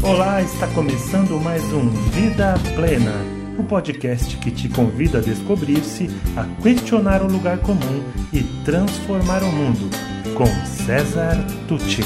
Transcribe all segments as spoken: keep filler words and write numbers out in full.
Olá, está começando mais um Vida Plena, o podcast que te convida a descobrir-se, a questionar o lugar comum e transformar o mundo, com César Tucci.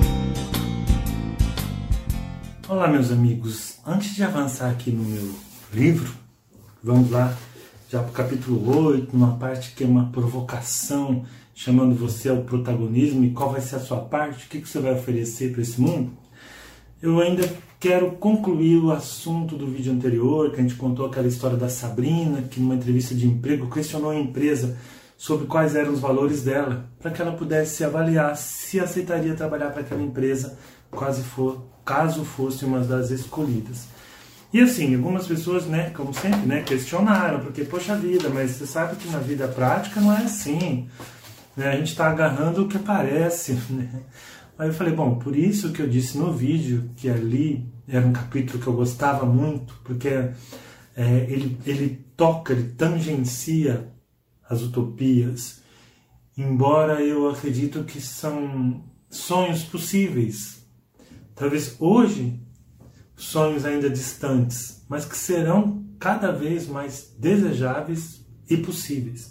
Olá, meus amigos. Antes de avançar aqui no meu livro, vamos lá já para o capítulo oito, numa parte que é uma provocação, chamando você ao protagonismo e qual vai ser a sua parte, o que você vai oferecer para esse mundo. Eu ainda quero concluir o assunto do vídeo anterior, que a gente contou aquela história da Sabrina, que numa entrevista de emprego questionou a empresa sobre quais eram os valores dela, para que ela pudesse avaliar se aceitaria trabalhar para aquela empresa, quase for, caso fosse uma das escolhidas. E assim, algumas pessoas, né, como sempre, né, questionaram, porque, poxa vida, mas você sabe que na vida prática não é assim, né, a gente está agarrando o que aparece, né? Aí eu falei, bom, por isso que eu disse no vídeo que ali era um capítulo que eu gostava muito, porque é, ele, ele toca, ele tangencia as utopias, embora eu acredito que são sonhos possíveis. Talvez hoje, sonhos ainda distantes, mas que serão cada vez mais desejáveis e possíveis.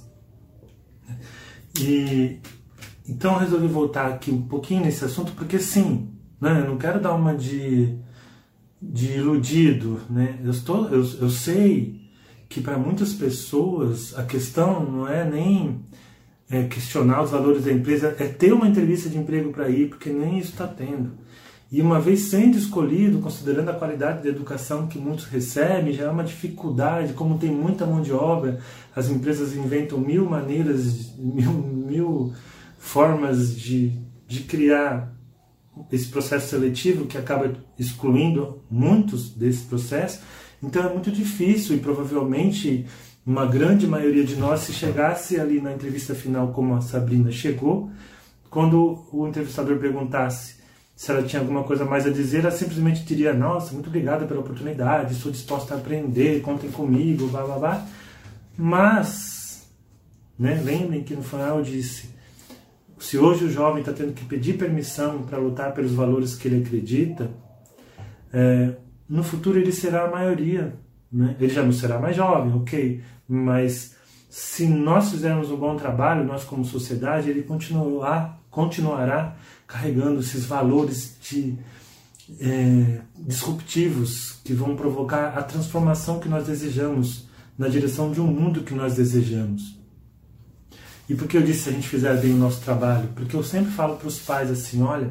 E... Então eu resolvi voltar aqui um pouquinho nesse assunto, porque sim, né, eu não quero dar uma de, de iludido, né? eu, estou, eu, eu sei que para muitas pessoas a questão não é nem é, questionar os valores da empresa, é ter uma entrevista de emprego para ir, porque nem isso está tendo. E uma vez sendo escolhido, considerando a qualidade da educação que muitos recebem, já é uma dificuldade, como tem muita mão de obra, as empresas inventam mil maneiras, mil... mil formas de, de criar esse processo seletivo que acaba excluindo muitos desse processo. Então é muito difícil e provavelmente uma grande maioria de nós, se chegasse ali na entrevista final como a Sabrina chegou, quando o entrevistador perguntasse se ela tinha alguma coisa mais a dizer, ela simplesmente diria, nossa, muito obrigada pela oportunidade, estou disposta a aprender, contem comigo, blá blá blá. Mas, né, lembrem que no final eu disse, se hoje o jovem está tendo que pedir permissão para lutar pelos valores que ele acredita, é, no futuro ele será a maioria, né? Ele já não será mais jovem, ok, mas se nós fizermos um bom trabalho, nós como sociedade, ele continuará, continuará carregando esses valores de, é, disruptivos que vão provocar a transformação que nós desejamos na direção de um mundo que nós desejamos. E por que eu disse se a gente fizer bem o nosso trabalho? Porque eu sempre falo para os pais assim, olha,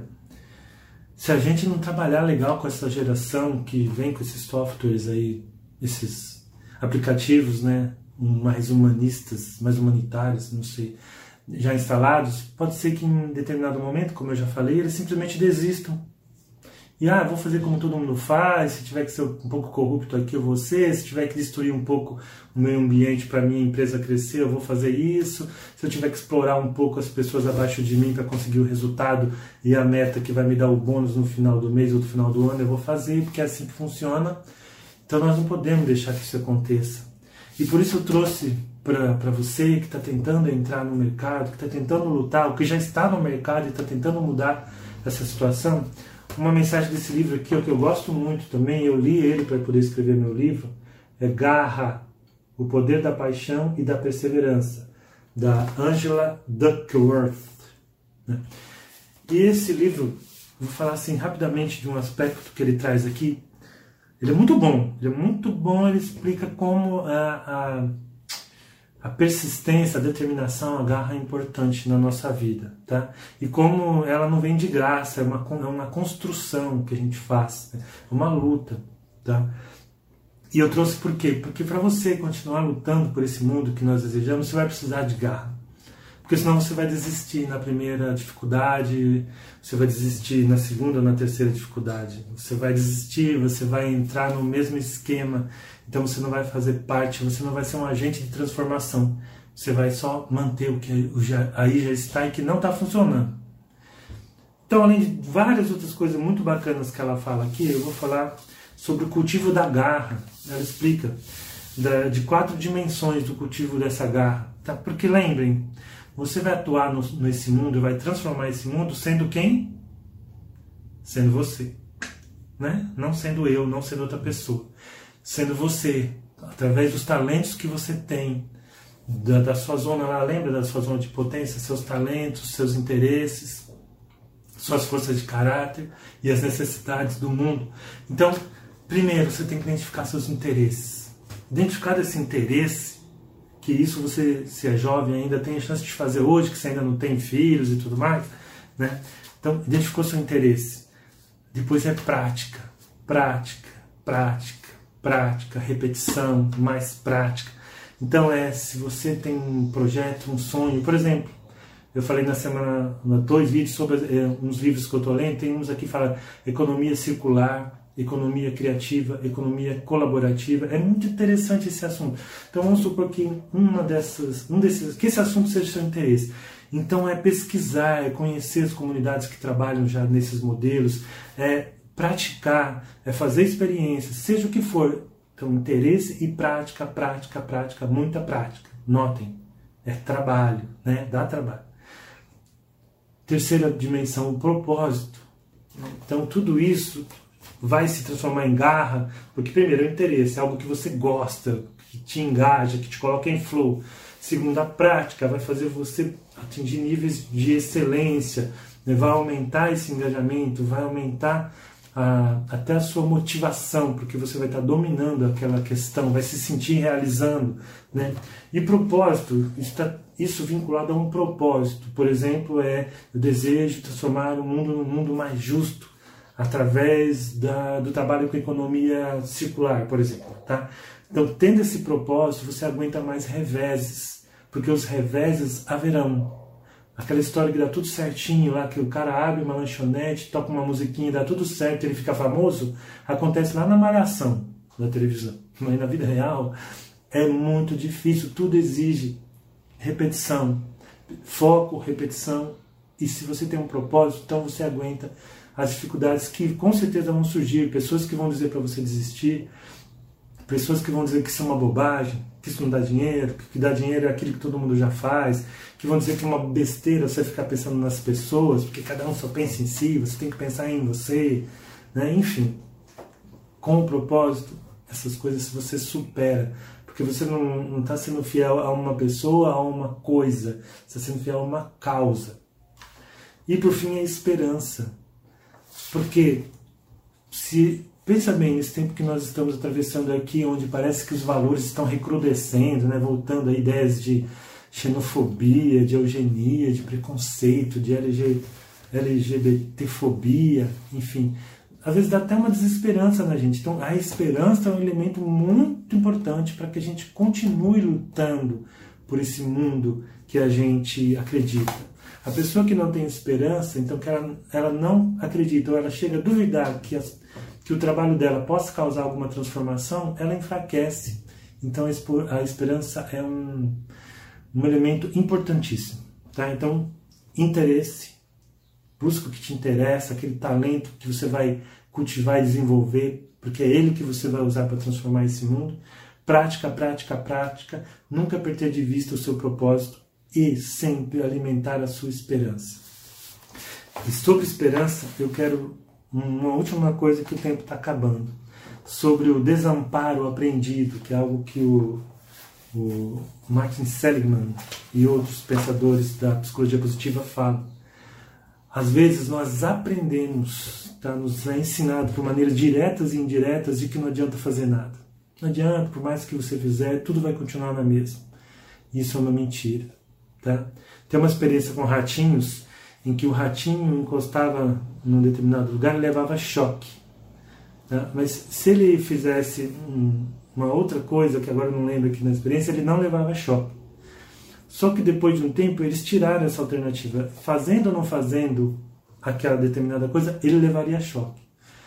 se a gente não trabalhar legal com essa geração que vem com esses softwares aí, esses aplicativos, né, mais humanistas, mais humanitários, não sei, já instalados, pode ser que em determinado momento, como eu já falei, eles simplesmente desistam. E, ah, vou fazer como todo mundo faz, se tiver que ser um pouco corrupto aqui eu vou ser, se tiver que destruir um pouco o meio ambiente para minha empresa crescer, eu vou fazer isso, se eu tiver que explorar um pouco as pessoas abaixo de mim para conseguir o resultado e a meta que vai me dar o bônus no final do mês ou no final do ano, eu vou fazer, porque é assim que funciona. Então nós não podemos deixar que isso aconteça. E por isso eu trouxe para você que está tentando entrar no mercado, que está tentando lutar, ou que já está no mercado e está tentando mudar essa situação, uma mensagem desse livro aqui, que eu gosto muito também, eu li ele para poder escrever meu livro, é Garra, o Poder da Paixão e da Perseverança, da Angela Duckworth. Né? E esse livro, vou falar assim rapidamente de um aspecto que ele traz aqui, ele é muito bom, ele é muito bom, ele explica como a, a A persistência, a determinação, a garra é importante na nossa vida, tá? E como ela não vem de graça, é uma, é uma construção que a gente faz, né? É uma luta, tá? E eu trouxe por quê? Porque para você continuar lutando por esse mundo que nós desejamos, você vai precisar de garra. Porque senão você vai desistir na primeira dificuldade, você vai desistir na segunda ou na terceira dificuldade. Você vai desistir, você vai entrar no mesmo esquema, então você não vai fazer parte, você não vai ser um agente de transformação. Você vai só manter o que aí já está e que não está funcionando. Então, além de várias outras coisas muito bacanas que ela fala aqui, eu vou falar sobre o cultivo da garra. Ela explica da, de quatro dimensões do cultivo dessa garra. Tá? Porque lembrem, você vai atuar no, nesse mundo, vai transformar esse mundo sendo quem? Sendo você. né? Não sendo eu, não sendo outra pessoa, sendo você, através dos talentos que você tem, da, da sua zona lá, lembra da sua zona de potência, seus talentos, seus interesses, suas forças de caráter e as necessidades do mundo. Então, primeiro, você tem que identificar seus interesses. Identificar esse interesse, que isso você, se é jovem ainda, tem a chance de fazer hoje, que você ainda não tem filhos e tudo mais, né? Então, identificou seu interesse. Depois é prática, prática, prática, prática, repetição, mais prática. Então, é, se você tem um projeto, um sonho, por exemplo, eu falei na semana, dois vídeos sobre é, uns livros que eu estou lendo, tem uns aqui que falam economia circular, economia criativa, economia colaborativa. É muito interessante esse assunto. Então vamos supor que uma dessas, um desses, que esse assunto seja seu interesse. Então é pesquisar, é conhecer as comunidades que trabalham já nesses modelos, é praticar, é fazer experiências, seja o que for. Então interesse e prática, prática, prática, muita prática. Notem, é trabalho, né? Dá trabalho. Terceira dimensão, o propósito. Então tudo isso vai se transformar em garra, porque primeiro é o interesse, é algo que você gosta, que te engaja, que te coloca em flow. Segundo, a prática vai fazer você atingir níveis de excelência, né? Vai aumentar esse engajamento, vai aumentar a, até a sua motivação, porque você vai estar dominando aquela questão, vai se sentir realizando, né? E propósito, está isso vinculado a um propósito. Por exemplo, é o desejo de transformar o mundo num mundo mais justo, através da, do trabalho com economia circular, por exemplo. Tá? Então, tendo esse propósito, você aguenta mais reveses, porque os reveses haverão. Aquela história que dá tudo certinho lá, que o cara abre uma lanchonete, toca uma musiquinha, dá tudo certo, ele fica famoso, acontece lá na malhação da televisão. Mas na vida real é muito difícil, tudo exige repetição, foco, repetição, e se você tem um propósito, então você aguenta as dificuldades que com certeza vão surgir, pessoas que vão dizer para você desistir, pessoas que vão dizer que isso é uma bobagem, que isso não dá dinheiro, que o que dá dinheiro é aquilo que todo mundo já faz, que vão dizer que é uma besteira você ficar pensando nas pessoas, porque cada um só pensa em si, você tem que pensar em você, né? Enfim, com o propósito, essas coisas você supera, porque você não está sendo fiel a uma pessoa, a uma coisa, você está sendo fiel a uma causa. E por fim, a esperança. Porque, se pensa bem, nesse tempo que nós estamos atravessando aqui, onde parece que os valores estão recrudescendo, né, voltando a ideias de xenofobia, de eugenia, de preconceito, de LGBTfobia, enfim, às vezes dá até uma desesperança na gente. Então, a esperança é um elemento muito importante para que a gente continue lutando por esse mundo que a gente acredita. A pessoa que não tem esperança, então que ela, ela não acredita, ou ela chega a duvidar que, as, que o trabalho dela possa causar alguma transformação, ela enfraquece. Então a esperança é um, um elemento importantíssimo. Tá? Então, interesse, busca o que te interessa, aquele talento que você vai cultivar e desenvolver, porque é ele que você vai usar para transformar esse mundo. Prática, prática, prática, nunca perder de vista o seu propósito, e sempre alimentar a sua esperança. E sobre esperança, eu quero uma última coisa, que o tempo está acabando. Sobre o desamparo aprendido, que é algo que o, o Martin Seligman e outros pensadores da psicologia positiva falam. Às vezes nós aprendemos, tá, nos é ensinado por maneiras diretas e indiretas de que não adianta fazer nada. Não adianta, por mais que você fizer, tudo vai continuar na mesma. Isso é uma mentira. Tá? Tem uma experiência com ratinhos em que o ratinho encostava num determinado lugar e levava choque. Tá? Mas se ele fizesse um, uma outra coisa, que agora eu não lembro aqui na experiência, ele não levava choque. Só que depois de um tempo eles tiraram essa alternativa. Fazendo ou não fazendo aquela determinada coisa, ele levaria choque.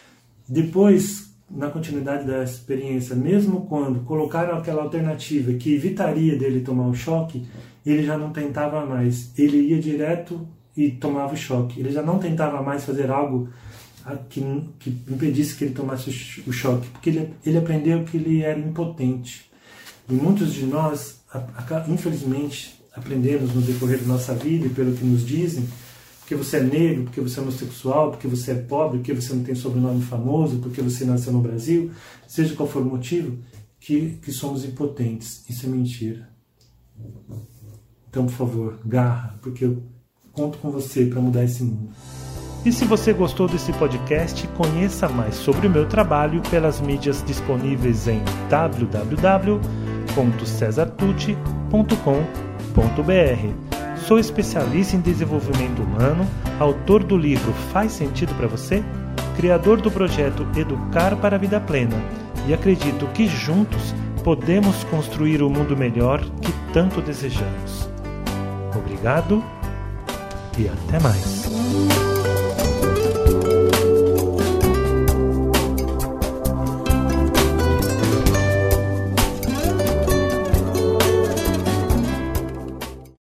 Depois, na continuidade da experiência, mesmo quando colocaram aquela alternativa que evitaria dele tomar o choque, ele já não tentava mais. Ele ia direto e tomava o choque. Ele já não tentava mais fazer algo que, que impedisse que ele tomasse o choque, porque ele, ele aprendeu que ele era impotente. E muitos de nós, infelizmente, aprendemos no decorrer da nossa vida, e pelo que nos dizem, porque você é negro, porque você é homossexual, porque você é pobre, porque você não tem sobrenome famoso, porque você nasceu no Brasil, seja qual for o motivo, que, que somos impotentes. Isso é mentira. Então, por favor, garra, porque eu conto com você para mudar esse mundo. E se você gostou desse podcast, conheça mais sobre o meu trabalho pelas mídias disponíveis em w w w ponto cesar tucci ponto com ponto b r. Sou especialista em desenvolvimento humano, autor do livro Faz Sentido para Você? Criador do projeto Educar para a Vida Plena, e acredito que juntos podemos construir o mundo melhor que tanto desejamos. Obrigado e até mais.